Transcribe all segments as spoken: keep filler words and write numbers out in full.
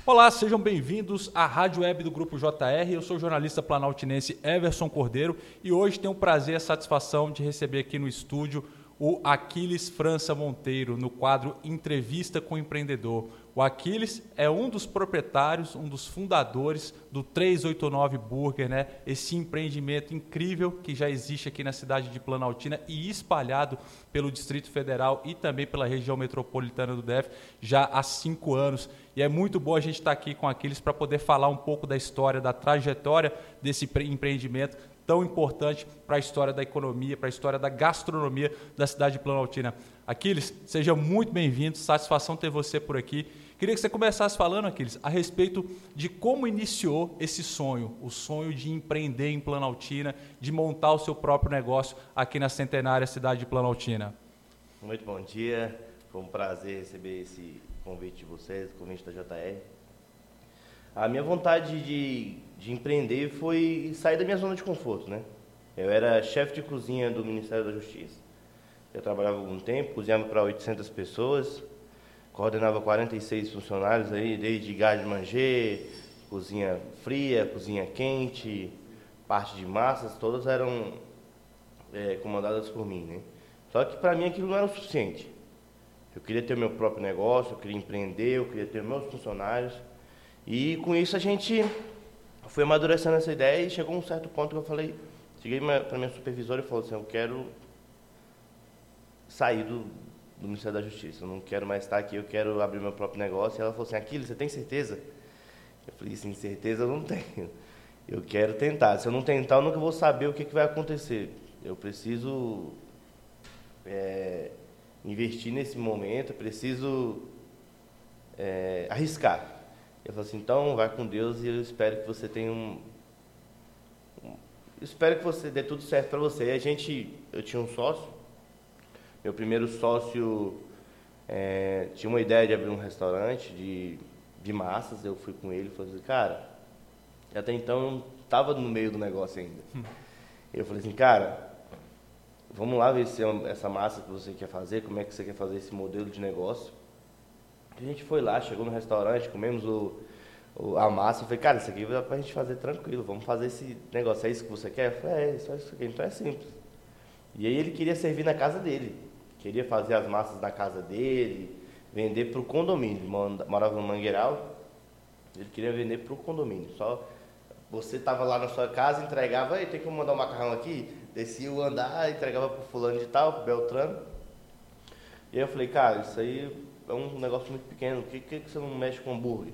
Olá, sejam bem-vindos à Rádio Web do Grupo J R. Eu sou o jornalista planaltinense Everson Cordeiro e hoje tenho o prazer e a satisfação de receber aqui no estúdio o Aquiles França Monteiro, no quadro Entrevista com o Empreendedor. O Aquiles é um dos proprietários, um dos fundadores do trezentos e oitenta e nove Burger, né? Esse empreendimento incrível que já existe aqui na cidade de Planaltina e espalhado pelo Distrito Federal e também pela região metropolitana do D F já há cinco anos. E é muito bom a gente estar aqui com o Aquiles para poder falar um pouco da história, da trajetória desse empreendimento tão importante para a história da economia, para a história da gastronomia da cidade de Planaltina. Aquiles, seja muito bem-vindo, satisfação ter você por aqui. Queria que você começasse falando, Aquiles, a respeito de como iniciou esse sonho, o sonho de empreender em Planaltina, de montar o seu próprio negócio aqui na centenária cidade de Planaltina. Muito bom dia, foi um prazer receber esse convite de vocês, o convite da J R. A minha vontade de, de empreender foi sair da minha zona de conforto, né? Eu era chefe de cozinha do Ministério da Justiça. Eu trabalhava algum tempo, cozinhava para oitocentas pessoas, coordenava quarenta e seis funcionários aí, desde garde manger, cozinha fria, cozinha quente, parte de massas, todas eram é, comandadas por mim, né? Só que para mim aquilo não era o suficiente. Eu queria ter o meu próprio negócio, eu queria empreender, eu queria ter meus funcionários. E com isso a gente foi amadurecendo essa ideia e chegou um certo ponto que eu falei, cheguei para minha supervisora e falei assim, eu quero sair do, do Ministério da Justiça, eu não quero mais estar aqui, eu quero abrir meu próprio negócio. E ela falou assim, Aquiles, você tem certeza? Eu falei assim, certeza eu não tenho, eu quero tentar, se eu não tentar eu nunca vou saber o que, que vai acontecer, eu preciso é, investir nesse momento, eu preciso é, arriscar. Eu falei assim, então vai com Deus e eu espero que você tenha um... um eu espero que você dê tudo certo para você. E a gente, eu tinha um sócio, meu primeiro sócio é, tinha uma ideia de abrir um restaurante de, de massas, eu fui com ele e falei assim, cara, até então eu não estava no meio do negócio ainda. Hum. Eu falei assim, cara, vamos lá ver se é essa massa que você quer fazer, como é que você quer fazer esse modelo de negócio. A gente foi lá, chegou no restaurante, comemos o, o, a massa, eu falei, cara, isso aqui dá pra gente fazer tranquilo, vamos fazer esse negócio, é isso que você quer? Eu falei, é, só isso aqui, então é simples. E aí ele queria servir na casa dele, queria fazer as massas na casa dele, vender pro condomínio, ele morava no Mangueiral, ele queria vender pro condomínio, só você tava lá na sua casa, entregava, ei, tem que mandar um macarrão aqui, descia o andar, entregava pro fulano de tal, pro Beltrano. E aí eu falei, cara, isso aí é um negócio muito pequeno, por que, que você não mexe com hambúrguer?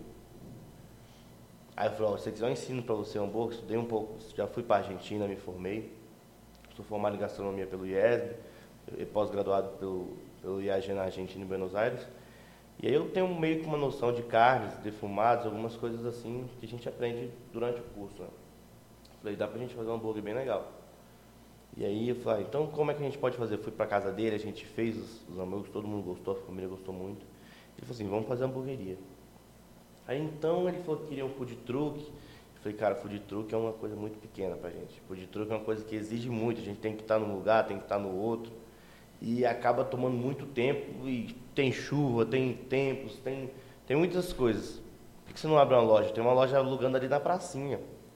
Aí eu falei, ó, se você quiser eu ensino para você hambúrguer, estudei um pouco, já fui para a Argentina, me formei, sou formado em gastronomia pelo I E S B, pós-graduado pelo, pelo I A G na Argentina, em Buenos Aires, e aí eu tenho meio que uma noção de carnes, defumados, algumas coisas assim que a gente aprende durante o curso, né? Falei, dá pra gente fazer um hambúrguer bem legal. E aí eu falei, então como é que a gente pode fazer? Eu fui pra casa dele, a gente fez os, os hambúrgueres, todo mundo gostou, a família gostou muito. Ele falou assim, vamos fazer hamburgueria. Aí então ele falou que queria um food truck. Eu falei, cara, food truck é uma coisa muito pequena pra gente. Food truck é uma coisa que exige muito, a gente tem que estar num lugar, tem que estar no outro. E acaba tomando muito tempo, e tem chuva, tem tempos, tem, tem muitas coisas. Por que você não abre uma loja? Tem uma loja alugando ali na pracinha.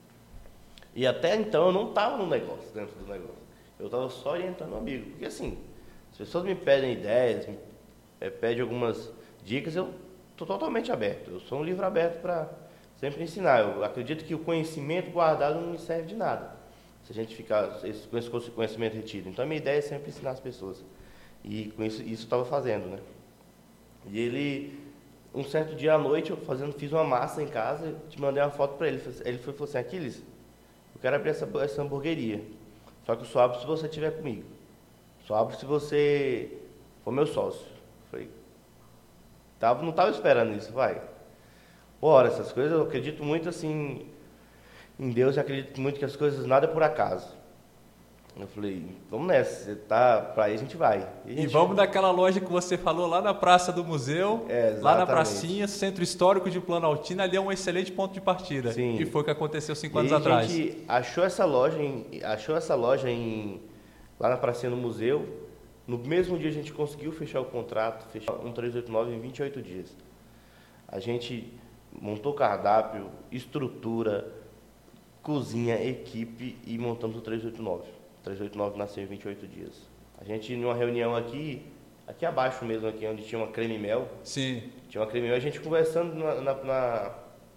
E até então eu não estava no negócio, dentro do negócio. Eu estava só orientando um amigo. Porque assim, as pessoas me pedem ideias, me é, pedem algumas dicas, eu estou totalmente aberto. Eu sou um livro aberto para sempre ensinar. Eu acredito que o conhecimento guardado não me serve de nada, se a gente ficar com esse conhecimento retido. Então a minha ideia é sempre ensinar as pessoas. E com isso, isso eu estava fazendo, né? E ele, um certo dia à noite, eu fazendo, fiz uma massa em casa, te mandei uma foto para ele. Ele foi, falou assim, Aquiles, eu quero abrir essa, essa hamburgueria. Só que eu só abro se você estiver comigo. Só abro se você for meu sócio. Eu falei, tava, não estava esperando isso, vai. Ora, essas coisas, eu acredito muito assim em Deus, eu acredito muito que as coisas, nada é por acaso. Eu falei, vamos nessa, você tá, pra aí a gente vai. E, a gente... e vamos naquela loja que você falou lá na Praça do Museu, é, lá na pracinha, Centro Histórico de Planaltina, ali é um excelente ponto de partida. Sim. E foi o que aconteceu cinco e anos a atrás. A gente achou essa loja, em, achou essa loja em, lá na pracinha do Museu. No mesmo dia a gente conseguiu fechar o contrato, fechar um trezentos e oitenta e nove em vinte e oito dias. A gente montou cardápio, estrutura, cozinha, equipe e montamos o trezentos e oitenta e nove. O trezentos e oitenta e nove nasceu em vinte e oito dias. A gente, em uma reunião aqui, aqui abaixo mesmo, aqui onde tinha uma creme mel. Sim. Tinha uma creme mel, a gente conversando na, na, na,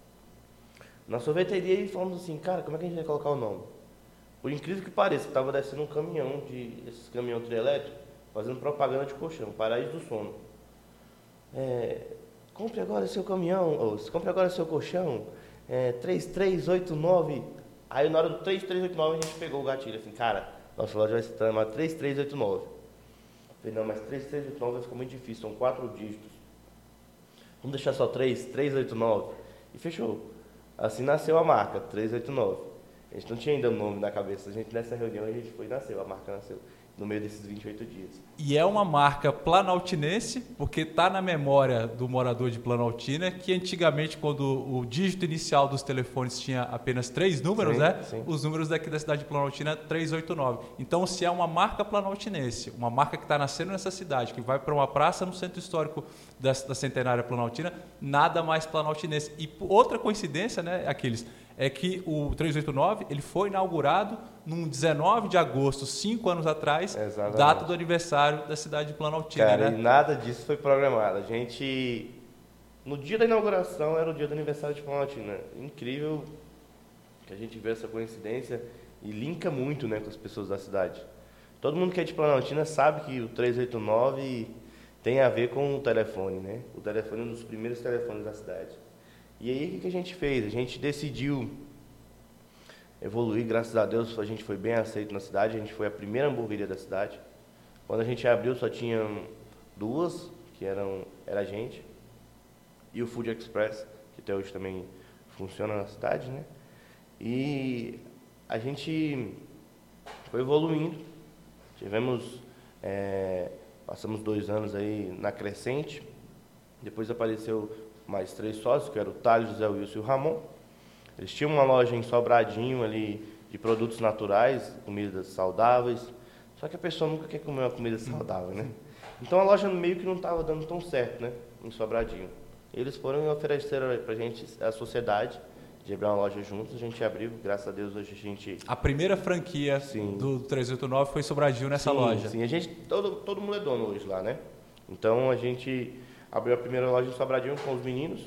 na sorveteria e falamos assim, cara, como é que a gente vai colocar o nome? Por incrível que pareça, estava descendo um caminhão, de esses caminhão trielétrico, fazendo propaganda de colchão, Paraíso do Sono. É, compre agora seu caminhão, ou compre agora seu colchão, é, três três oito nove. Aí na hora do três três oito nove a gente pegou o gatilho, assim, cara, nossa loja vai se chamar três três oito nove. Eu falei, não, mas três três oito nove vai ficar muito difícil, são quatro dígitos. Vamos deixar só três três oito nove. E fechou. Assim nasceu a marca, trezentos e oitenta e nove. A gente não tinha ainda o nome na cabeça, a gente nessa reunião a gente foi e nasceu, a marca nasceu. No meio desses vinte e oito dias. E é uma marca planaltinense, porque está na memória do morador de Planaltina, que antigamente, quando o dígito inicial dos telefones tinha apenas três números, sim, né? Sim. Os números daqui da cidade de Planaltina, trezentos e oitenta e nove. Então, se é uma marca planaltinense, uma marca que está nascendo nessa cidade, que vai para uma praça no centro histórico da, da centenária Planaltina, nada mais planaltinense. E outra coincidência, né, Aquiles, é que o trezentos e oitenta e nove ele foi inaugurado num dezenove de agosto, cinco anos atrás, exatamente, data do aniversário da cidade de Planaltina. Cara, né? E nada disso foi programado. A gente, no dia da inauguração, era o dia do aniversário de Planaltina. Incrível que a gente vê essa coincidência e linka muito, né, com as pessoas da cidade. Todo mundo que é de Planaltina sabe que o trezentos e oitenta e nove tem a ver com o telefone, né? O telefone é um dos primeiros telefones da cidade. E aí, o que a gente fez? A gente decidiu evoluir, graças a Deus, a gente foi bem aceito na cidade, a gente foi a primeira hamburgueria da cidade. Quando a gente abriu, só tinha duas, que eram, era a gente, e o Food Express, que até hoje também funciona na cidade, né? E a gente foi evoluindo, tivemos, é, passamos dois anos aí na crescente, depois apareceu mais três sócios, que eram o Thales, o Zé Wilson e o Ramon. Eles tinham uma loja em Sobradinho ali de produtos naturais, comidas saudáveis. Só que a pessoa nunca quer comer uma comida saudável, né? Então a loja meio que não estava dando tão certo, né? Em Sobradinho. Eles foram e ofereceram pra gente a sociedade de abrir uma loja juntos. A gente abriu, graças a Deus hoje a gente... A primeira franquia sim. do trezentos e oitenta e nove foi em Sobradinho nessa sim, loja. Sim, a gente, todo, todo mundo é dono hoje lá, né? Então a gente abriu a primeira loja em Sobradinho com os meninos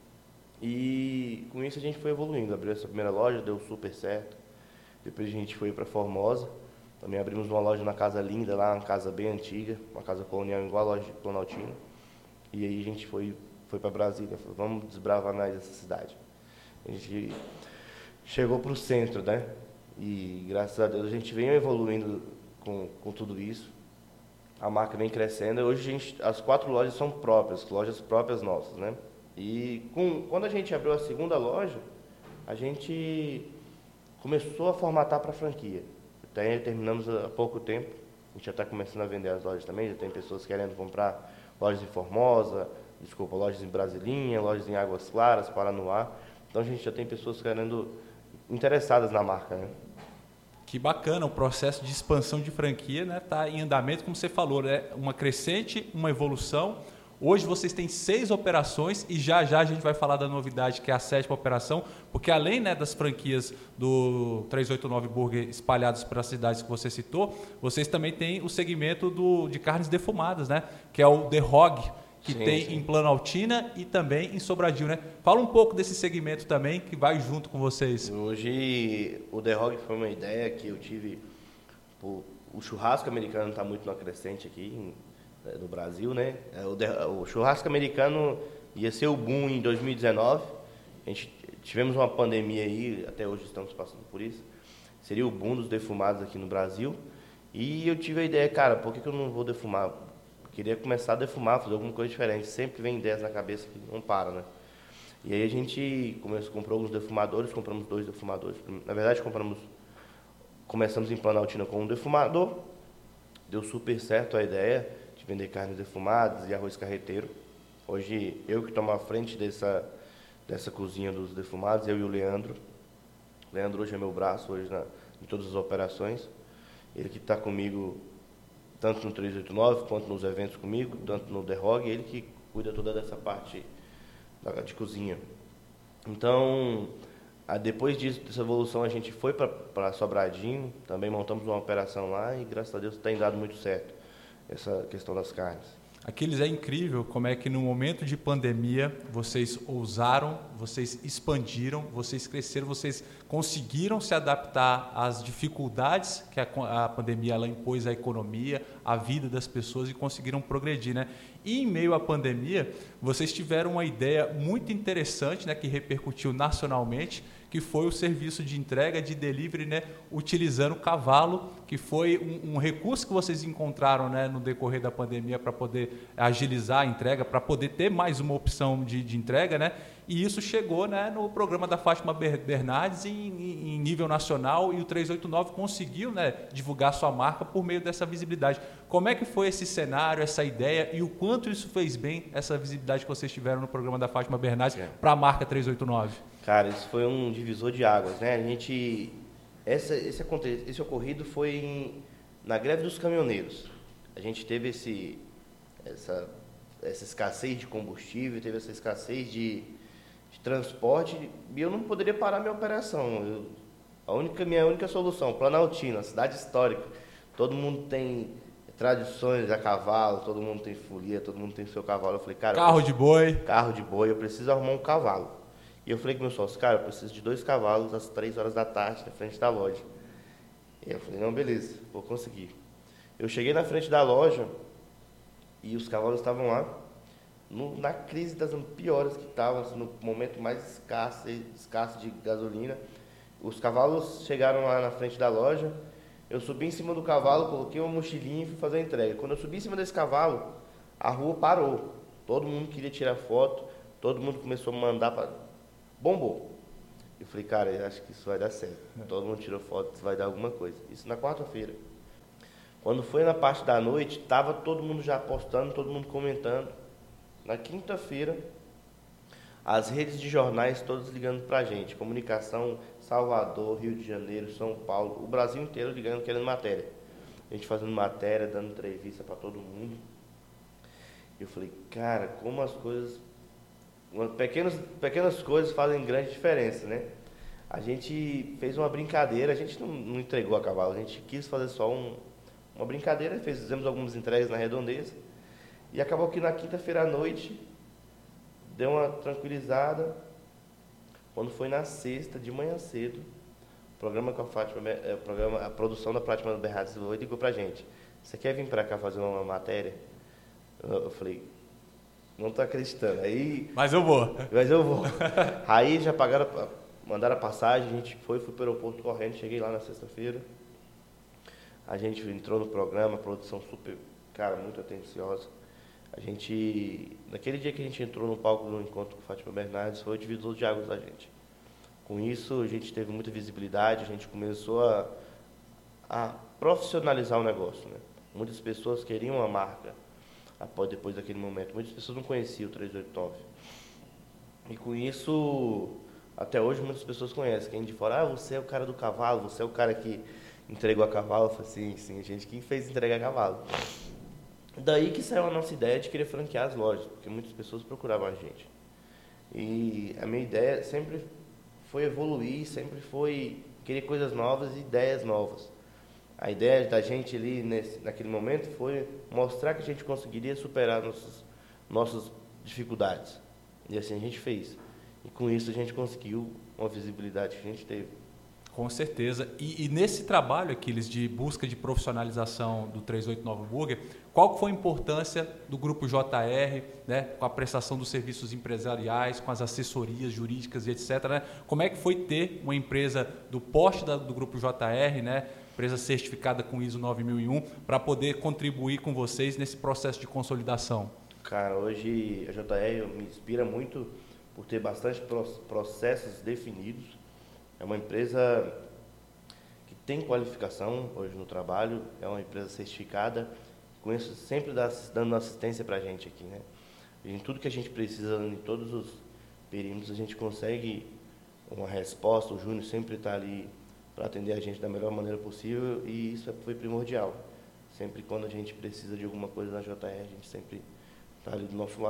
e com isso a gente foi evoluindo. Abriu essa primeira loja, deu super certo. Depois a gente foi para Formosa. Também abrimos uma loja na Casa Linda, lá, uma casa bem antiga, uma casa colonial igual a loja de Planaltina. E aí a gente foi, foi para Brasília, falou, vamos desbravar mais essa cidade. A gente chegou para o centro, né? E graças a Deus a gente vem evoluindo com, com tudo isso. A marca vem crescendo. Hoje a gente, as quatro lojas são próprias, lojas próprias nossas, né? E com, quando a gente abriu a segunda loja, a gente começou a formatar para franquia. Até terminamos há pouco tempo. A gente já está começando a vender as lojas também. Já tem pessoas querendo comprar lojas em Formosa, desculpa, lojas em Brasilinha, lojas em Águas Claras, Paranoá. Então a gente já tem pessoas querendo interessadas na marca, né? Que bacana, o processo de expansão de franquia, né, tá em andamento, como você falou, né, uma crescente, uma evolução. Hoje vocês têm seis operações e já já a gente vai falar da novidade, que é a sétima operação, porque além, né, das franquias do trezentos e oitenta e nove Burger espalhadas pelas cidades que você citou, vocês também têm o segmento do, de carnes defumadas, né, que é o The Hog, que sim, tem sim. em Planaltina e também em Sobradinho, né? Fala um pouco desse segmento também, que vai junto com vocês. Hoje, o The Hog foi uma ideia que eu tive... Pô, o churrasco americano está muito na crescente aqui no Brasil, né? O, The, o churrasco americano ia ser o boom em dois mil e dezenove. A gente tivemos uma pandemia aí, até hoje estamos passando por isso. Seria o boom dos defumados aqui no Brasil. E eu tive a ideia, cara, por que, que eu não vou defumar? Queria começar a defumar, fazer alguma coisa diferente. Sempre vem ideias na cabeça que não para, né? E aí a gente começou, comprou alguns defumadores, compramos dois defumadores. Na verdade, compramos, começamos em Planaltina com um defumador. Deu super certo a ideia de vender carnes defumadas e arroz carreteiro. Hoje, eu que tomo a frente dessa, dessa cozinha dos defumados, eu e o Leandro. O Leandro hoje é meu braço, hoje na, em todas as operações. Ele que está comigo... tanto no trezentos e oitenta e nove, quanto nos eventos comigo, tanto no The Hog, ele que cuida toda dessa parte da, de cozinha. Então, depois disso, dessa evolução, a gente foi para Sobradinho, também montamos uma operação lá e, graças a Deus, tem dado muito certo essa questão das carnes. Aquiles, é incrível como é que no momento de pandemia vocês ousaram, vocês expandiram, vocês cresceram, vocês conseguiram se adaptar às dificuldades que a, a pandemia ela impôs à economia, à vida das pessoas e conseguiram progredir, né? E em meio à pandemia, vocês tiveram uma ideia muito interessante, né, que repercutiu nacionalmente, que foi o serviço de entrega, de delivery, né, utilizando o cavalo, que foi um, um recurso que vocês encontraram, né, no decorrer da pandemia para poder agilizar a entrega, para poder ter mais uma opção de, de entrega, né? E isso chegou, né, no programa da Fátima Bernardes em, em, em nível nacional, e o trezentos e oitenta e nove conseguiu, né, divulgar sua marca por meio dessa visibilidade. Como é que foi esse cenário, essa ideia, e o quanto isso fez bem, essa visibilidade que vocês tiveram no programa da Fátima Bernardes é. para a marca trezentos e oitenta e nove? Cara, isso foi um divisor de águas, né? A gente, essa, esse, esse ocorrido foi em, na greve dos caminhoneiros. A gente teve esse, essa, essa escassez de combustível, teve essa escassez de, de transporte, e eu não poderia parar minha operação. Eu, a única, minha única solução, Planaltina, cidade histórica, todo mundo tem tradições a cavalo, todo mundo tem folia, todo mundo tem seu cavalo. Eu falei, cara... Carro preciso, de boi. Carro de boi, eu preciso arrumar um cavalo. E eu falei com meu sócio, cara, eu preciso de dois cavalos às três horas da tarde, na frente da loja. E eu falei, não, beleza, vou conseguir. Eu cheguei na frente da loja e os cavalos estavam lá, no, na crise das piores que estavam, assim, no momento mais escasso, escasso de gasolina. Os cavalos chegaram lá na frente da loja, eu subi em cima do cavalo, coloquei uma mochilinha e fui fazer a entrega. Quando eu subi em cima desse cavalo, a rua parou. Todo mundo queria tirar foto, todo mundo começou a mandar para... Bombou. Eu falei, cara, eu acho que isso vai dar certo. Todo mundo tirou foto, isso vai dar alguma coisa. Isso na quarta-feira. Quando foi na parte da noite, estava todo mundo já postando, todo mundo comentando. Na quinta-feira, as redes de jornais todas ligando pra gente. Comunicação, Salvador, Rio de Janeiro, São Paulo, o Brasil inteiro ligando, querendo matéria. A gente fazendo matéria, dando entrevista para todo mundo. Eu falei, cara, como as coisas... Pequenas, pequenas coisas fazem grande diferença, né? A gente fez uma brincadeira, a gente não, não entregou a cavalo, a gente quis fazer só um, uma brincadeira, fez, fizemos algumas entregas na Redondeza, e acabou que na quinta-feira à noite, deu uma tranquilizada. Quando foi na sexta, de manhã cedo, o programa com a Fátima, é, o programa, a produção da Fátima Bernardes ligou pra gente, você quer vir pra cá fazer uma matéria? Eu, eu falei... Não tô acreditando. Aí, mas eu vou. Mas eu vou. Aí já pagaram, mandaram a passagem, a gente foi, fui para o aeroporto correndo, cheguei lá na sexta-feira. A gente entrou no programa, produção super, cara, muito atenciosa. A gente, naquele dia que a gente entrou no palco do encontro com Fátima Bernardes, foi o divisor de águas da gente. Com isso, a gente teve muita visibilidade, a gente começou a, a profissionalizar o negócio, né? Muitas pessoas queriam a marca. Após, depois daquele momento. Muitas pessoas não conheciam o trezentos e oitenta e nove. E com isso, até hoje, muitas pessoas conhecem. Quem de fora, ah, você é o cara do cavalo, você é o cara que entregou a cavalo. Eu falei, sim, sim, a gente que fez entregar a cavalo. Daí que saiu a nossa ideia de querer franquear as lojas, porque muitas pessoas procuravam a gente. E a minha ideia sempre foi evoluir, sempre foi querer coisas novas e ideias novas. A ideia da gente ali, nesse, naquele momento, foi mostrar que a gente conseguiria superar nossas, nossas dificuldades. E assim a gente fez. E com isso a gente conseguiu uma visibilidade que a gente teve. Com certeza. E, e nesse trabalho, Aquiles, de busca de profissionalização do trezentos e oitenta e nove Burger, qual foi a importância do Grupo J R, né, com a prestação dos serviços empresariais, com as assessorias jurídicas e etcétera, né? Como é que foi ter uma empresa do porte da, do Grupo J R, né, empresa certificada com ISO nove mil e um, para poder contribuir com vocês nesse processo de consolidação? Cara, hoje a J R me inspira muito por ter bastante processos definidos. É uma empresa que tem qualificação hoje no trabalho, é uma empresa certificada, com isso sempre dá, dando assistência para a gente aqui, né? Em tudo que a gente precisa, em todos os perímetros, a gente consegue uma resposta. O Júnior sempre está ali para atender a gente da melhor maneira possível, e isso foi primordial. Sempre quando a gente precisa de alguma coisa na J R, a gente sempre está ali do nosso lado.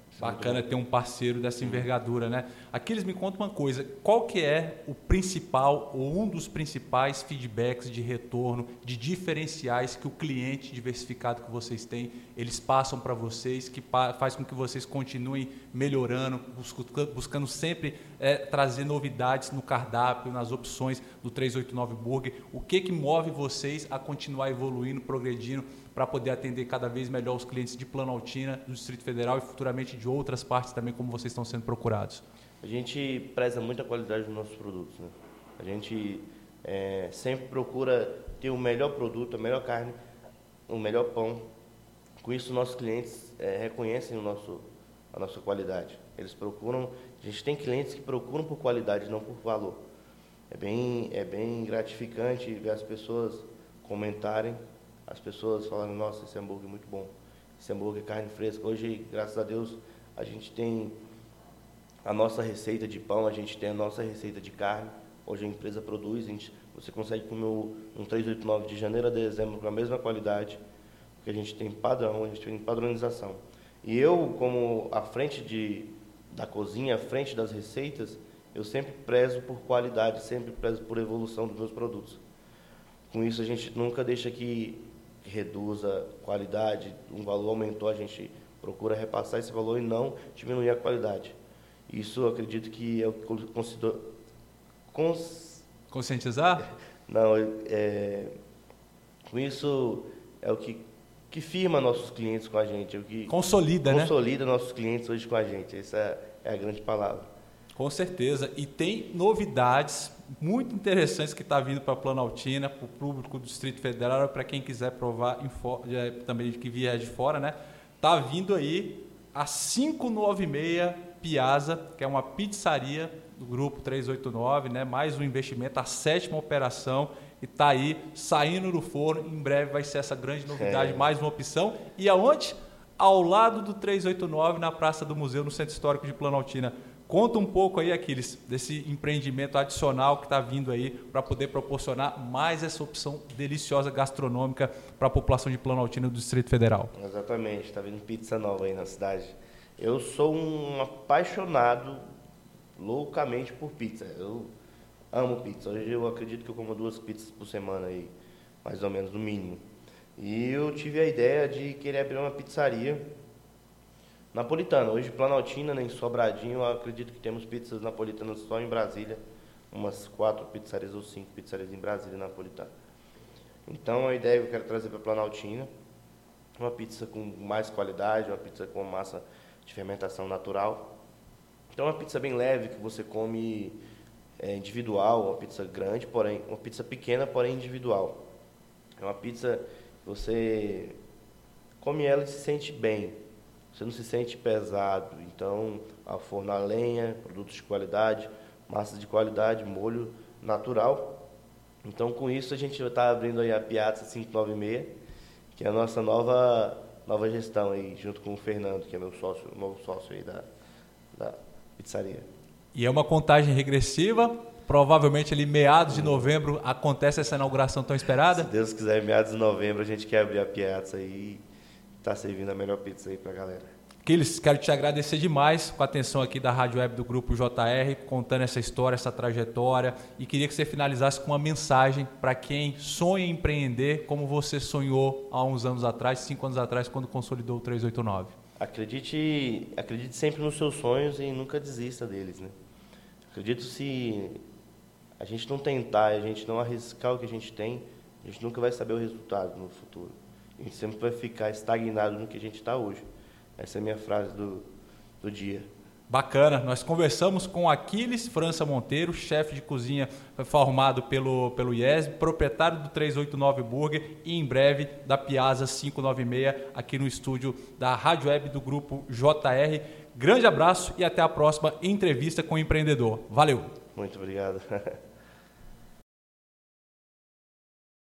Bacana ter um parceiro dessa envergadura, né? Aquiles, me conta uma coisa, qual que é o principal ou um dos principais feedbacks de retorno, de diferenciais que o cliente diversificado que vocês têm, eles passam para vocês, que faz com que vocês continuem melhorando, buscando sempre é, trazer novidades no cardápio, nas opções do trezentos e oitenta e nove Burger? O que que move vocês a continuar evoluindo, progredindo, para poder atender cada vez melhor os clientes de Planaltina, do Distrito Federal e futuramente de outras partes também, como vocês estão sendo procurados? A gente preza muito a qualidade dos nossos produtos, né? A gente é, sempre procura ter o melhor produto, a melhor carne, o melhor pão. Com isso, nossos clientes é, reconhecem o nosso, a nossa qualidade. Eles procuram, a gente tem clientes que procuram por qualidade, não por valor. É bem, é bem gratificante ver as pessoas comentarem, as pessoas falando, nossa, esse hambúrguer é muito bom, esse hambúrguer é carne fresca. Hoje, graças a Deus, a gente tem a nossa receita de pão, a gente tem a nossa receita de carne. Hoje a empresa produz, a gente, você consegue comer um trezentos e oitenta e nove de janeiro a dezembro com a mesma qualidade, porque a gente tem padrão, a gente tem padronização. E eu, como à frente de, da cozinha, à frente das receitas, eu sempre prezo por qualidade, sempre prezo por evolução dos meus produtos. Com isso, a gente nunca deixa que reduza qualidade, um valor aumentou, a gente procura repassar esse valor e não diminuir a qualidade. Isso eu acredito que é o que eu considero... Cons... Conscientizar? Não, é... com isso é o que, que firma nossos clientes com a gente, é o que consolida, né? Consolida nossos clientes hoje com a gente, essa é, é a grande palavra. Com certeza. E tem novidades muito interessantes que está vindo para a Planaltina, para o público do Distrito Federal, para quem quiser provar, também que vier de fora, né? Está vindo aí a quinhentos e noventa e seis Piazza, que é uma pizzaria do grupo trezentos e oitenta e nove, né? Mais um investimento, a sétima operação, e está aí saindo do forno. Em breve vai ser essa grande novidade, é. mais uma opção. E aonde? Ao lado do trezentos e oitenta e nove, na Praça do Museu, no Centro Histórico de Planaltina. Conta um pouco aí, Aquiles, desse empreendimento adicional que está vindo aí para poder proporcionar mais essa opção deliciosa gastronômica para a população de Planaltina do Distrito Federal. Exatamente, está vindo pizza nova aí na cidade. Eu sou um apaixonado loucamente por pizza. Eu amo pizza. Hoje eu acredito que eu como duas pizzas por semana aí, mais ou menos, no mínimo. E eu tive a ideia de querer abrir uma pizzaria napolitana. Hoje, Planaltina, nem Sobradinho, eu acredito que temos pizzas napolitanas só em Brasília. Umas quatro pizzarias ou cinco pizzarias em Brasília napolitana. Então, a ideia que eu quero trazer para Planaltina, uma pizza com mais qualidade, uma pizza com massa de fermentação natural. Então, uma pizza bem leve, que você come é, individual, uma pizza grande, porém, uma pizza pequena, porém individual. É uma pizza que você come ela e se sente bem. Você não se sente pesado. Então, a forno a lenha, produtos de qualidade, massa de qualidade, molho natural. Então, com isso, a gente está abrindo aí a Piazza quinhentos e noventa e seis, que é a nossa nova, nova gestão aí, junto com o Fernando, que é meu sócio, novo sócio aí da, da pizzaria. E é uma contagem regressiva? Provavelmente ali meados de novembro acontece essa inauguração tão esperada? Se Deus quiser, meados de novembro a gente quer abrir a Piazza aí. Está servindo a melhor pizza aí para a galera. Aquiles, quero te agradecer demais com a atenção aqui da Rádio Web do Grupo J R, contando essa história, essa trajetória, e queria que você finalizasse com uma mensagem para quem sonha em empreender, como você sonhou há uns anos atrás, cinco anos atrás, quando consolidou o trezentos e oitenta e nove. Acredite, acredite sempre nos seus sonhos e nunca desista deles, né? Acredito se a gente não tentar, a gente não arriscar o que a gente tem, a gente nunca vai saber o resultado no futuro. A gente sempre vai ficar estagnado no que a gente está hoje. Essa é a minha frase do, do dia. Bacana. Nós conversamos com Aquiles França Monteiro, chefe de cozinha formado pelo, pelo I E S B, proprietário do trezentos e oitenta e nove Burger e em breve da Piazza quinhentos e noventa e seis, aqui no estúdio da Rádio Web do Grupo J R. Grande abraço e até a próxima entrevista com o empreendedor. Valeu! Muito obrigado.